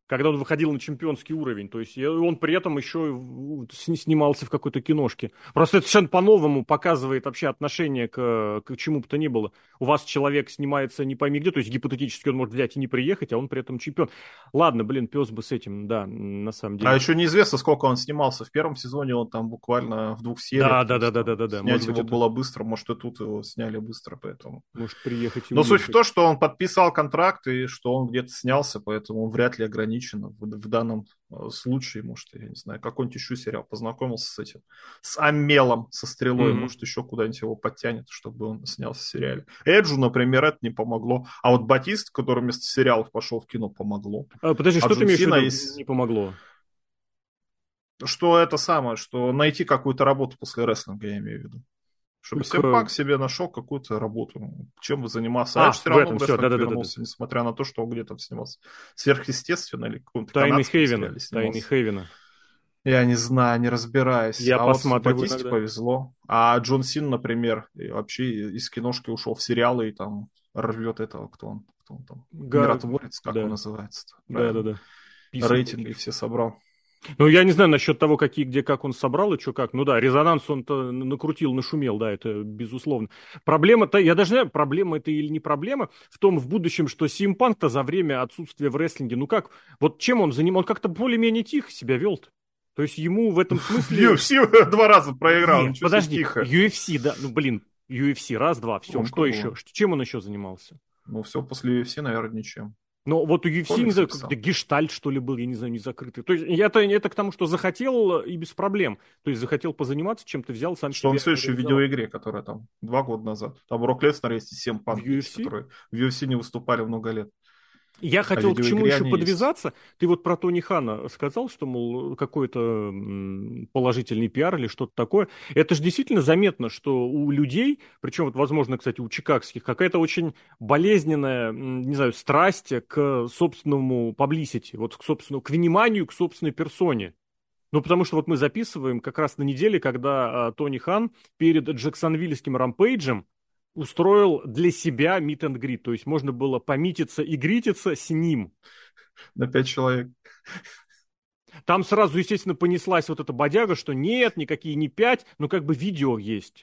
когда он выходил на чемпионский уровень. То есть он при этом еще снимался в какой-то киношке. Просто это совершенно по-новому показывает вообще отношение к чему бы то ни было. У вас человек снимается не пойми где, то есть гипотетически он может взять и не приехать, а он при этом чемпион. Ладно, блин, пес бы с этим, да, на самом А деле. еще неизвестно, сколько он снимался. В первом сезоне он там буквально в 2 сериях. Да, То да, да, есть да, там да, да, да. снять Может быть, его это было быстро. Может, и тут его сняли быстро, поэтому. может приехать и Но суть в уехать. том, что он подписал контракт и что он где-то снялся, поэтому он вряд ли ограничен в данном случае. Может, я не знаю, какой-нибудь еще сериал познакомился с этим, с Амелом, со Стрелой. Мгм. Может, еще куда-нибудь его подтянет, чтобы он снялся в сериале. Эджу, например, это не помогло. А вот Батист, который вместо сериалов пошел в кино, помогло. Подожди, А что ты Джон имеешь в Сина виду есть... не помогло? Что это самое, что найти какую-то работу после рестлинга, я имею в виду. Чтобы К... Симпанк себе нашел какую-то работу, чем бы занимался. А Эдж все В равно этом в все, рестлинг да-да-да-да. вернулся, несмотря на то, что он где-то снимался. Сверхъестественно или в каком-то Тайны канадском Хейвена, сериале Тайны снимался. Хейвена. Я не знаю, не разбираюсь. Я А вот посматриваю Батисте иногда. повезло. А Джон Син, например, и вообще из киношки ушел в сериалы и там рвет этого, кто он там, Га... миротворец, как он Да, называется, правильно. да-да-да. Рейтинги Peacemaker. все собрал. Ну, я не знаю насчет того, какие, где, как он собрал и что как. Ну да, резонанс он-то накрутил, нашумел, да, это безусловно. Проблема-то, я даже не знаю, проблема это или не проблема, в том в будущем, что Симпанк-то за время отсутствия в рестлинге, ну как, вот чем он занимал, он как-то более-менее тихо себя вел-то. То есть ему в этом В смысле... UFC 2 раза проиграл, Нет, ничего себе подожди, тихо. UFC, да, ну блин, UFC, раз, два, все, Он что еще? круглый. Чем он еще занимался? Ну, все после UFC, наверное, ничем. Но вот у UFC, не Комиксы знаю, какой-то писал. гештальт, что ли, был, я не знаю, не закрытый. То есть это к тому, что захотел и без проблем. То есть захотел позаниматься чем-то, взял, сам Что он себе все еще в реализовал. видеоигре, которая там 2 года назад. Там Брок Леснер есть и Сем В Панк есть, UFC? которые в UFC не выступали много лет. Я А в хотел к чему видеоигре еще они есть. подвязаться. Ты вот про Тони Хана сказал, что, мол, какой-то положительный пиар или что-то такое. Это же действительно заметно, что у людей, причем, вот, возможно, кстати, у чикагских, какая-то очень болезненная, не знаю, страсть к собственному паблисити, вот к собственному, к вниманию, к собственной персоне. Ну, потому что вот мы записываем как раз на неделе, когда Тони Хан перед Джексонвильским рампейджем устроил для себя meet and greet. То есть можно было помититься и грититься с ним. На 5 человек. Там сразу, естественно, понеслась вот эта бодяга, что нет, никакие не 5, но как бы видео есть.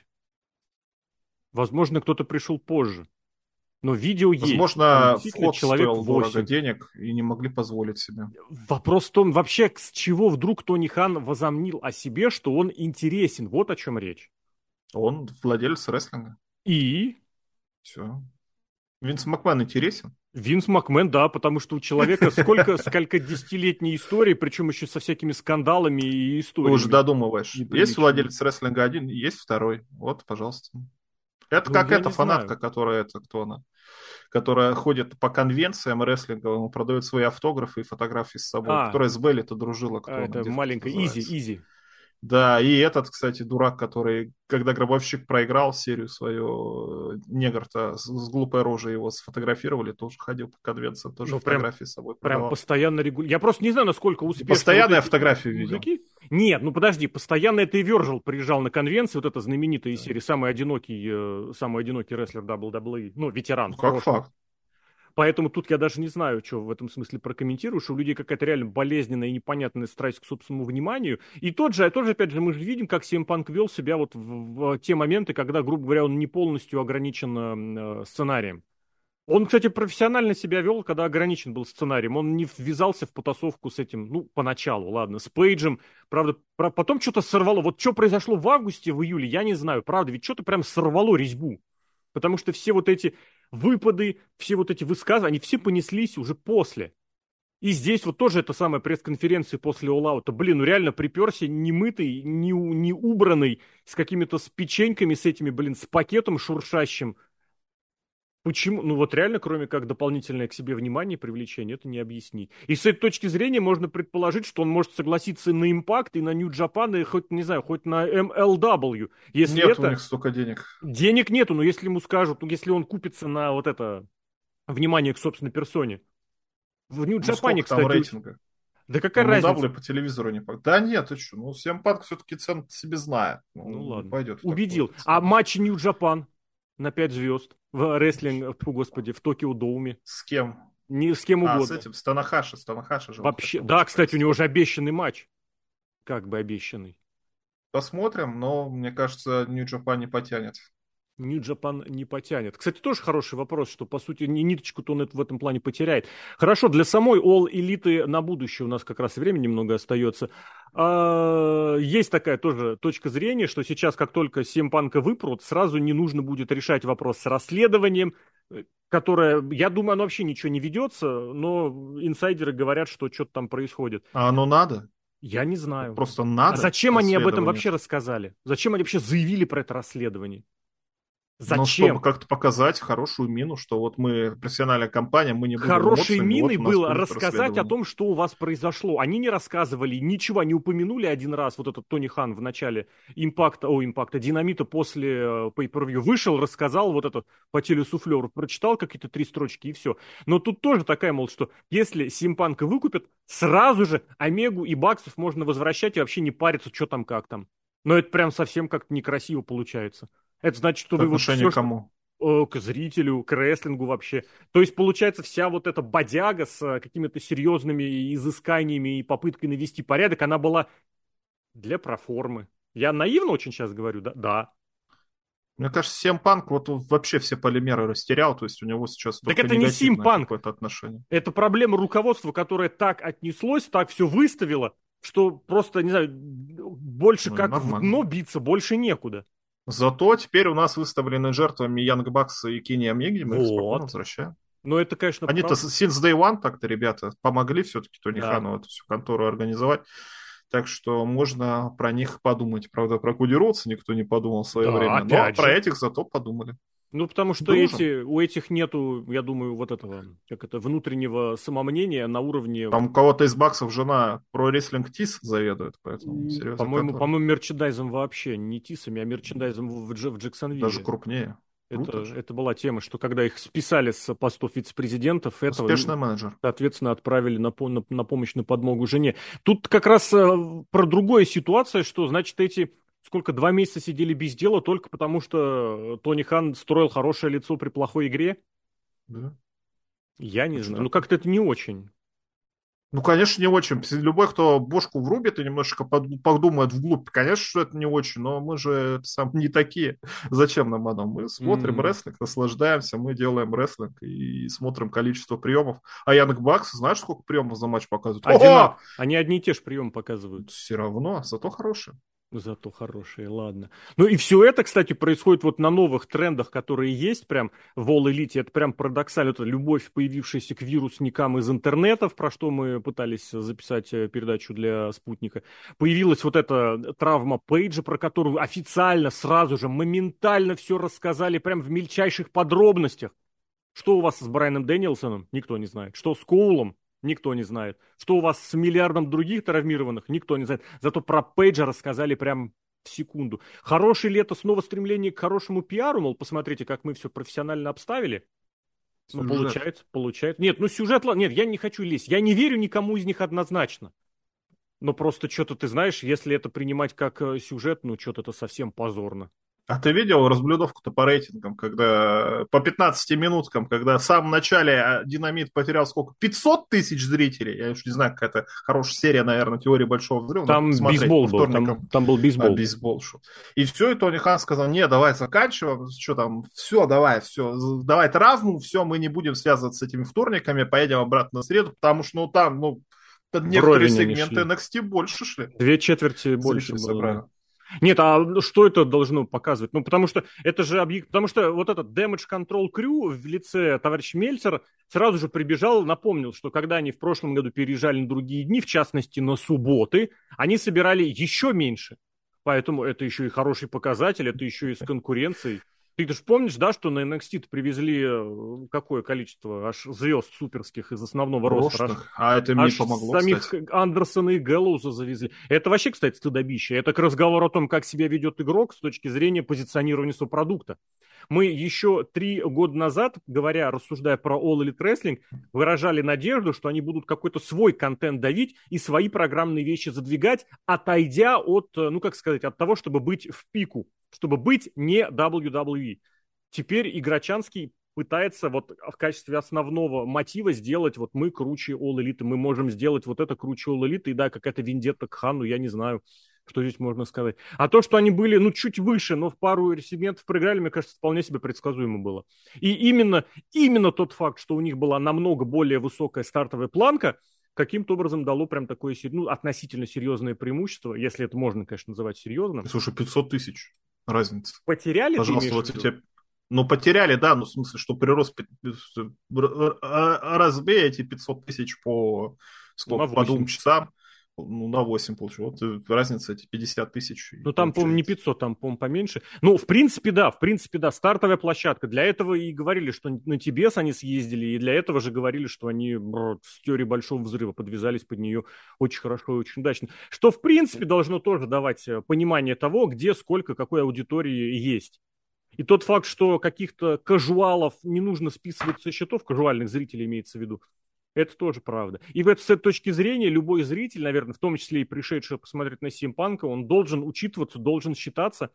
Возможно, кто-то пришел позже. Но видео есть. Там Возможно, действительно вход человек стоил дорого 8. денег и не могли позволить себе. Вопрос в том, вообще, с чего вдруг Тони Хан возомнил о себе, что он интересен. Вот о чем речь. Он владелец рестлинга. И Все. Винс Макмен интересен. Винс Макмен, да, потому что у человека сколько десятилетней истории, причем еще со всякими скандалами и Ты уже историями додумываешь. Есть неприличными. владелец рестлинга один, есть второй. Вот, пожалуйста. Это Ну, как я эта не знаю. фанатка, которая, это кто она? Которая ходит по конвенциям рестлинговым, продает свои автографы и фотографии с собой, А, которая с Белли-то дружила, кто она, это девка маленькая Изи, называется. Изи. Да, и этот, кстати, дурак, который, когда Гробовщик проиграл серию свою, негр-то с глупой рожей его сфотографировали, тоже ходил по конвенциям, тоже Ну, прям, фотографии с собой прям продавал. постоянно регулярно. Я просто не знаю, насколько И успешно вот постоянно я эти фотографии видел. мужики. Нет, ну подожди, постоянно это и Вержил приезжал на конвенции, вот эта знаменитая серия, самый одинокий рестлер WWE, ну, ветеран Ну, в как прошлом. факт. Поэтому тут я даже не знаю, что в этом смысле прокомментирую, что у людей какая-то реально болезненная и непонятная страсть к собственному вниманию. И тоже, опять же, мы же видим, как CM Punk вел себя вот в те моменты, когда, грубо говоря, он не полностью ограничен сценарием. Он, кстати, профессионально себя вел, когда ограничен был сценарием. Он не ввязался в потасовку с этим, ну, поначалу, ладно, с Пейджем. Правда, потом что-то сорвало. Вот что произошло в августе, в июле, я не знаю. Правда, ведь что-то прям сорвало резьбу. Потому что все вот эти выпады, все вот эти высказывания, они все понеслись уже после. И здесь вот тоже эта самая пресс-конференция после All Out. Блин, ну реально приперся немытый, не убранный, с какими-то с печеньками, с этими, блин, с пакетом шуршащим. Почему? Ну вот реально, кроме как дополнительное к себе внимание и привлечение, это не объяснить. И с этой точки зрения можно предположить, что он может согласиться на Impact, и на New Japan, и хоть, не знаю, хоть на MLW. Если Нет у это... них столько денег. Денег нету, но если ему скажут, ну, если он купится на вот это внимание к собственной персоне. В Ну, Нью-Джапане, сколько там кстати, рейтинга? да какая разница? MLW по телевизору не пойдет. Да нет, ты что, ну, Сем Панк все-таки цен себе знает. Ну Ну, не ладно. пойдет в такое, Убедил. так А сказать. матч Нью-Джапан на 5 звезд в рестлинг, фу, господи, в Токио Доуме. С кем? ни с кем А, с угодно. этим, с Танахаши же он Вообще, хотел да, очень кстати, у него происходить. же обещанный матч. Как бы обещанный. Посмотрим, но мне кажется, Нью-Джапан не потянет. Нью-Джапан не потянет. Кстати, тоже хороший вопрос, что, по сути, ниточку-то он в этом плане потеряет. Хорошо, для самой All Elite на будущее у нас как раз и времени немного остается. Есть такая тоже точка зрения, что сейчас, как только CM Панка выпрут, сразу не нужно будет решать вопрос с расследованием, которое, я думаю, оно вообще ничего не ведется, но инсайдеры говорят, что что-то там происходит. А оно надо? Я не Вот знаю. просто А надо зачем они об этом расследование. вообще рассказали? Зачем они вообще заявили про это расследование? Ну, чтобы Зачем? как-то показать хорошую мину, что вот мы профессиональная компания, мы не будем Хорошей эмоциями, миной вот у нас было будет рассказать о расследование. том, что у вас произошло. Они не рассказывали ничего, не упомянули один раз. Вот этот Тони Хан в начале импакта, Динамита после Pay-Per-View вышел, рассказал вот это по телесуфлеру, прочитал какие-то 3 строчки и все. Но тут тоже такая, мол, что если Симпанка выкупят, сразу же Омегу и Баксов можно возвращать и вообще не париться, что там, как там. Но это прям совсем как-то некрасиво получается. Это значит, что По вы вот отношению все, к кому? к зрителю, к рестлингу вообще. То есть, получается, вся вот эта бодяга с какими-то серьезными изысканиями и попыткой навести порядок, она была для проформы. Я наивно очень сейчас говорю, да? Да. Мне кажется, CM Punk вот он вообще все полимеры растерял, то есть у него сейчас Так только это не негативное Симпанк. какое-то отношение. Это проблема руководства, которое так отнеслось, так все выставило, что просто, не знаю, больше Ну и как в нормально. дно биться, больше некуда. Зато теперь у нас выставлены жертвами Янг Бакса и Кенни Омеги, мы их спокойно Вот. возвращаем. Но это, конечно, Они-то правда. since day one так-то, ребята, помогли все-таки Тони Да. Хану эту всю контору организовать. Так что можно про них подумать. Правда, про Коди Роудса никто не подумал в свое Да, время, но опять про же. этих зато подумали. Ну, потому что Дружим. у этих нету, я думаю, вот этого, как это, внутреннего самомнения на уровне, Там у кого-то из баксов жена про рестлинг Тис заведует, поэтому серьезная по-моему, контора. мерчендайзом вообще, не тисами, а мерчендайзом в Даже Джексонвилле. крупнее. Круто же. Это была тема, что когда их списали с постов вице-президентов, этого, Успешный менеджер. соответственно, отправили на помощь, на подмогу жене. Тут как раз про другая ситуация, что, значит, эти, сколько, 2 месяца сидели без дела только потому, что Тони Хан строил хорошее лицо при плохой игре. Да. Я не А что знаю. Ну, такое? как-то это не очень. Ну, конечно, не очень. Любой, кто бошку врубит и немножечко подумает вглубь, конечно, что это не очень, но мы же не такие. Зачем нам оно? Мы смотрим М. рестлинг, наслаждаемся, мы делаем рестлинг и смотрим количество приемов. А Янг Бакс, знаешь, сколько приемов за матч показывают? Ого! Они одни и те же приемы показывают. Все равно, зато хорошие. Зато хорошие, ладно. Ну и все это, кстати, происходит вот на новых трендах, которые есть прям в All Elite. Это прям парадоксально. Это любовь, появившаяся к вирусникам из интернетов, про что мы пытались записать передачу для спутника. Появилась вот эта травма Пейджа, про которую официально, сразу же, моментально все рассказали прям в мельчайших подробностях. Что у вас с Брайаном Дэнилсоном? Никто не знает. Что с Коулом? Никто не знает. Что у вас с миллиардом других травмированных? Никто не знает. Зато про Пейджа рассказали прям в секунду. Хорошее ли это снова стремление к хорошему пиару? Мол, посмотрите, как мы все профессионально обставили. Ну, Сюжет. получается. Нет, ну сюжет, нет, я не хочу лезть. Я не верю никому из них однозначно. Но просто что-то, ты знаешь, если это принимать как сюжет, ну, что-то это совсем позорно. А ты видел разблюдовку-то по рейтингам, когда по 15 минуткам, когда в самом начале Динамит потерял сколько? 500 тысяч зрителей? Я уж не знаю, какая-то хорошая серия, наверное, «Теория большого взрыва». Надо Там посмотреть бейсбол по был, вторникам. там был бейсбол. Бейсбол шел. И все, и Тони Хан сказал: не, давай заканчиваем, что там, все, давай травму, все, мы не будем связываться с этими вторниками, поедем обратно на среду, потому что, ну, там, ну, некоторые Вровень они сегменты шли. NXT больше шли. 2/4 больше Зрители было, да. собрали. Нет, а что это должно показывать? Ну, потому что это же объект, потому что вот этот Damage Control Crew в лице товарища Мельцера сразу же прибежал, напомнил, что когда они в прошлом году переезжали на другие дни, в частности на субботы, они собирали еще меньше. Поэтому это еще и хороший показатель, это еще и с конкуренцией. Ты же помнишь, да, что на NXT привезли какое количество аж звезд суперских из основного ростера? Прошлых. А это им не Аж помогло, самих кстати. Андерсона и Гэллоуза завезли. Это вообще, кстати, стыдобище. Это к разговору о том, как себя ведет игрок с точки зрения позиционирования субпродукта. Мы еще 3 года назад, рассуждая про All Elite Wrestling, выражали надежду, что они будут какой-то свой контент давить и свои программные вещи задвигать, отойдя от, ну как сказать, от того, чтобы быть в пику, чтобы быть не WWE. Теперь Играчанский пытается вот в качестве основного мотива сделать вот мы круче All Elite, мы можем сделать вот это круче All Elite, и да, какая-то вендетта к Хану, я не знаю, что здесь можно сказать. А то, что они были, ну, чуть выше, но в пару сегментов проиграли, мне кажется, вполне себе предсказуемо было. И именно тот факт, что у них была намного более высокая стартовая планка, каким-то образом дало прям такое, ну, относительно серьезное преимущество, если это можно, конечно, называть серьезным. Слушай, 500 тысяч разница. Потеряли, ты Пожалуйста, имеешь вот в виду? тебе... Ну, потеряли, да, ну, в смысле, что прирост... Разбей эти 500 тысяч по Ну, на сколько? По 8. 2 часам. Ну, на 8 получилось. Вот разница эти 50 тысяч и Ну, там, по-моему, не получается. 500, там, по-моему, поменьше. Ну, в принципе, да, стартовая площадка. Для этого и говорили, что на Тибес они съездили, и для этого же говорили, что они с теорией Большого Взрыва подвязались под нее очень хорошо и очень удачно. Что, в принципе, должно тоже давать понимание того, где, сколько, какой аудитории есть. И тот факт, что каких-то кажуалов не нужно списывать со счетов, кажуальных зрителей имеется в виду, это тоже правда. И с этой точки зрения любой зритель, наверное, в том числе и пришедший посмотреть на Симпанка, он должен учитываться, должен считаться,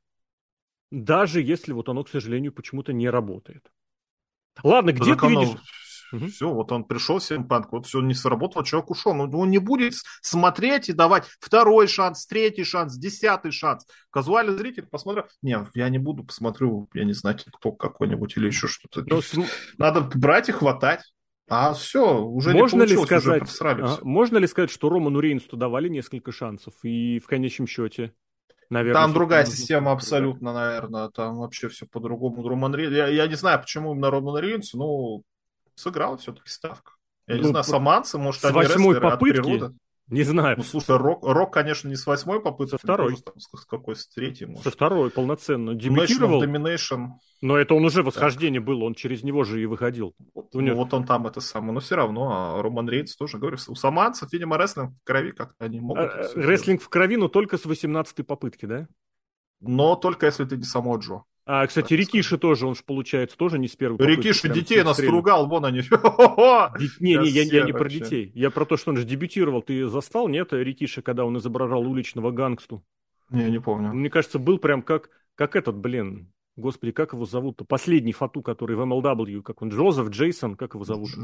даже если вот оно, к сожалению, почему-то не работает. Ладно, Да где так ты видишь? оно... Мгм. Все, вот он пришел, Симпанк, вот все не сработало, человек ушел. Ну, он не будет смотреть и давать второй шанс, третий шанс, 10-й шанс. Казуальный зритель посмотрел. Не, я не буду, посмотрю, я не знаю, TikTok какой-нибудь или еще что-то. Но Надо брать и хватать. А все, уже не можно ли получилось, уже сказать, просрали все. можно ли сказать, что Роману Рейнсу давали несколько шансов, и в конечном счете, наверное, Там все-таки другая нужно система сказать, да? абсолютно, наверное. Там вообще все по-другому. Я не знаю, почему именно Роман Рейнс, но сыграла все-таки ставка. Я не Ну, знаю, саманцы, может, с они 8 рестлеры от попытки, природы. не знаю, Ну, слушай, Рок, конечно, не с 8 со попытки, мне второй. кажется, там с какой, с третьей, Со может. второй полноценно Nation of дебютировал, Domination, но это он уже так. восхождение было, он через него же и выходил. Вот, У ну, него вот он там это самое, но все равно, а Роман Рейнс тоже, говорю, у саманцев, видимо, рестлинг в крови, как-то они могут это все сделать. рестлинг в крови, но только с 18-й попытки, да? Но только если ты не само Джо, А, кстати, кстати Рикиши сказать. тоже, он же, получается, тоже не с первой попытки Рикиши прям детей стрельнул. настругал, вон они. Не, Сейчас я все не про вообще. детей. Я про то, что он же дебютировал. Ты застал, нет, Рикиши, когда он изображал уличного гангсту? Не помню. Мне кажется, был прям как этот, блин, господи, как его зовут-то? Последний фату, который в MLW, как он, Джозеф, Джейсон, как его зовут?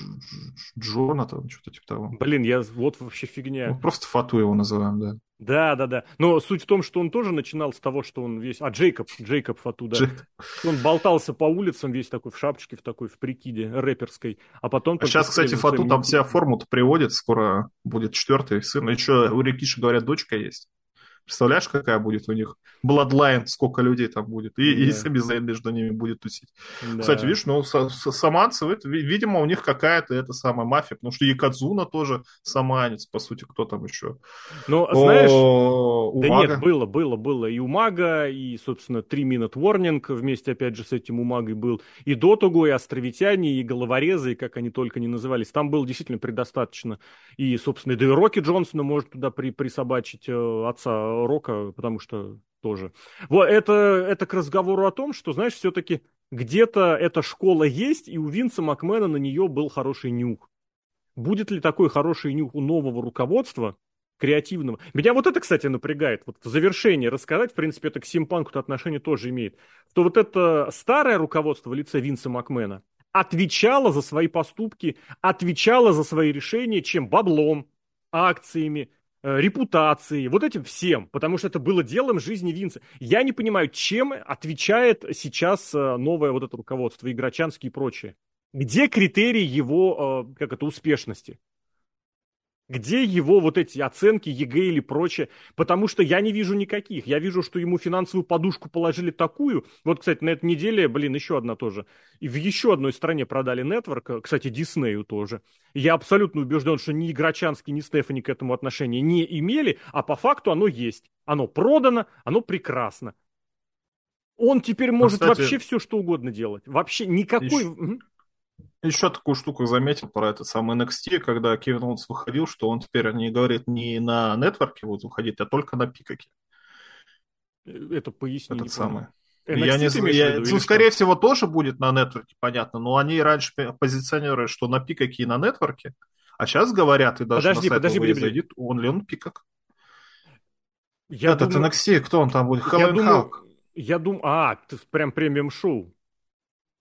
Джонатан, что-то типа того. Блин, вот вообще фигня. Ну, просто Фату его называем, да. Да. Но суть в том, что он тоже начинал с того, что он весь... Джейкоб Фату, да. Джек. Он болтался по улицам весь такой в шапочке, в такой, в прикиде рэперской, а потом А только сейчас, кстати, стрельнул Фату своим там себя интеллектом. форму-то приводит, скоро будет четвертый сын. И что, у Рикиши, говорят, дочка есть. Представляешь, какая будет у них Bloodline, сколько людей там будет. И Да, Сами Зейн между ними будет тусить. Кстати, да. видишь, ну, саманцы, видимо, у них какая-то эта самая мафия, потому что Якадзуна тоже саманец, по сути, кто там еще? Но, знаешь, О, да нет, Умага. было. И у Мага, и, собственно, 3 Minute Warning вместе, опять же, с этим Умагой был. И Дотугу, и Островитяне, и Головорезы, и как они только не назывались. Там было действительно предостаточно. И, собственно, да и Рокки Джонсона может туда присобачить отца Рока, потому что тоже. Вот это к разговору о том, что, знаешь, все-таки где-то эта школа есть, и у Винса Макмена на нее был хороший нюх. Будет ли такой хороший нюх у нового руководства, креативного? Меня вот это, кстати, напрягает. Вот в завершении рассказать, в принципе, это к Симпанку-то отношение тоже имеет. Что вот это старое руководство в лице Винса Макмена отвечало за свои поступки, отвечало за свои решения, чем баблом, акциями, репутацией, вот этим всем, потому что это было делом жизни Винса. Я не понимаю, чем отвечает сейчас новое вот это руководство, Играчанский и прочее. Где критерии его, как это, успешности? Где его вот эти оценки ЕГЭ или прочее? Потому что я не вижу никаких. Я вижу, что ему финансовую подушку положили такую. Вот, кстати, на этой неделе, блин, еще одна тоже. И в еще одной стране продали нетворк, кстати, Диснею тоже. Я абсолютно убежден, что ни Играчанский, ни Стефани к этому отношения не имели, а по факту оно есть. Оно продано, оно прекрасно. Он теперь Ну, может кстати, вообще все, что угодно делать. Вообще никакой... еще, Мгм. еще такую штуку заметил про этот самый NXT, когда Кевин Оуэнс выходил, что он теперь не говорит не на нетворке будет выходить, а только на пикаке. Это поясни, не Этот понял. самый. Я NXT не ты знаю, имеешь в виду ну, или что? скорее всего, тоже будет на нетворке, понятно, но они раньше позиционировали, что на пикаке и на нетворке, а сейчас говорят, и даже на Подожди, сайт подожди, ВВЕ подожди. зайдет, он пикак. Я Этот думаю, NXT, кто он там будет? я Хэллоуин думаю, Халк. я думаю, ты прям премиум шоу.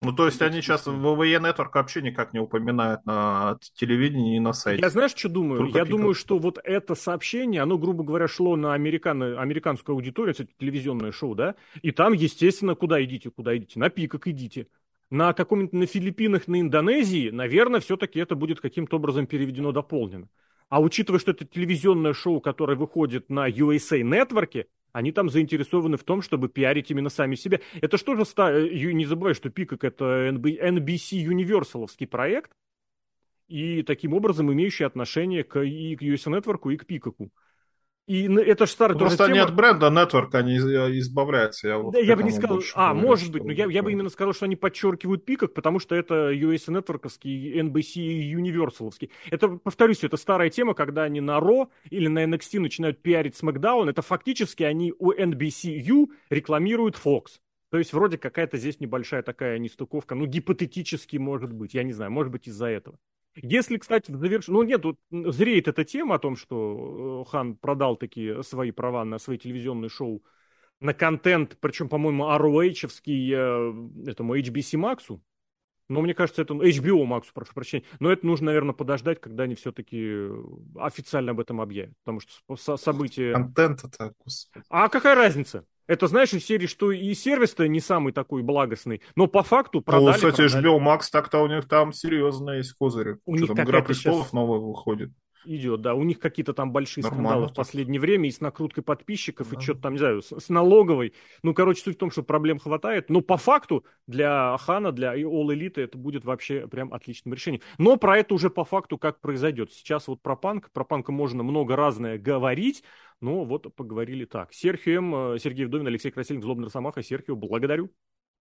Ну, то есть Вот они сейчас смешно. ВВЕ Network вообще никак не упоминают на телевидении и на Я сайте. знаешь, что думаю? Только Я думаю, Пикап. что вот это сообщение, оно, грубо говоря, шло на американскую аудиторию, это телевизионное шоу, да? И там, естественно, куда идите, куда идите? На Пикок идите. На каком-нибудь, на Филиппинах, на Индонезии, наверное, все-таки это будет каким-то образом переведено дополнено. А учитывая, что это телевизионное шоу, которое выходит на USA Network, они там заинтересованы в том, чтобы пиарить именно сами себя. Это что же, не забывай, что Пикок это NBC Universalовский проект, и таким образом имеющие отношение и к USA Network, и к Пикаку. И это же старая Ну, тоже просто они тема. от бренда Network они избавляются. Я вот Да, к я бы не этому сказал, больше говорю, может что быть, но я бы именно сказал, что они подчеркивают Пикок, потому что это USA Network'овский, NBC Universal'овский. Это, повторюсь, это старая тема, когда они на Raw или на NXT начинают пиарить SmackDown, это фактически они у NBCU рекламируют Fox. То есть вроде какая-то здесь небольшая такая нестыковка, ну, гипотетически может быть, я не знаю, может быть из-за этого. Если, кстати, в завершении... Ну, нет, тут зреет эта тема о том, что Хан продал такие свои права на свои телевизионные шоу на контент, причем, по-моему, ROH-овский этому HBC Maxу. Но мне кажется, это HBO Maxу, прошу прощения. Но это нужно, наверное, подождать, когда они все-таки официально об этом объявят. Потому что события... контент это, господи. А какая разница? Это, знаешь, из серии, что и сервис-то не самый такой благостный, но по факту Ну, продали, кстати, продали. HBO Max, так-то у них там серьезно есть козыри. У Что них там, Игра какая-то престолов сейчас новая выходит. идет, да. У них какие-то там большие скандалы Нормально в так. последнее время и с накруткой подписчиков, и Да. что-то там, не знаю, с налоговой. Ну, короче, суть в том, что проблем хватает. Но по факту для Хана, для All Elite это будет вообще прям отличным решением. Но про это уже по факту как произойдет. Сейчас вот про панка можно много разное говорить, но вот поговорили так. Сергей Вдовин, Алексей Красильников, Злобный Росомаха. Серхио, благодарю.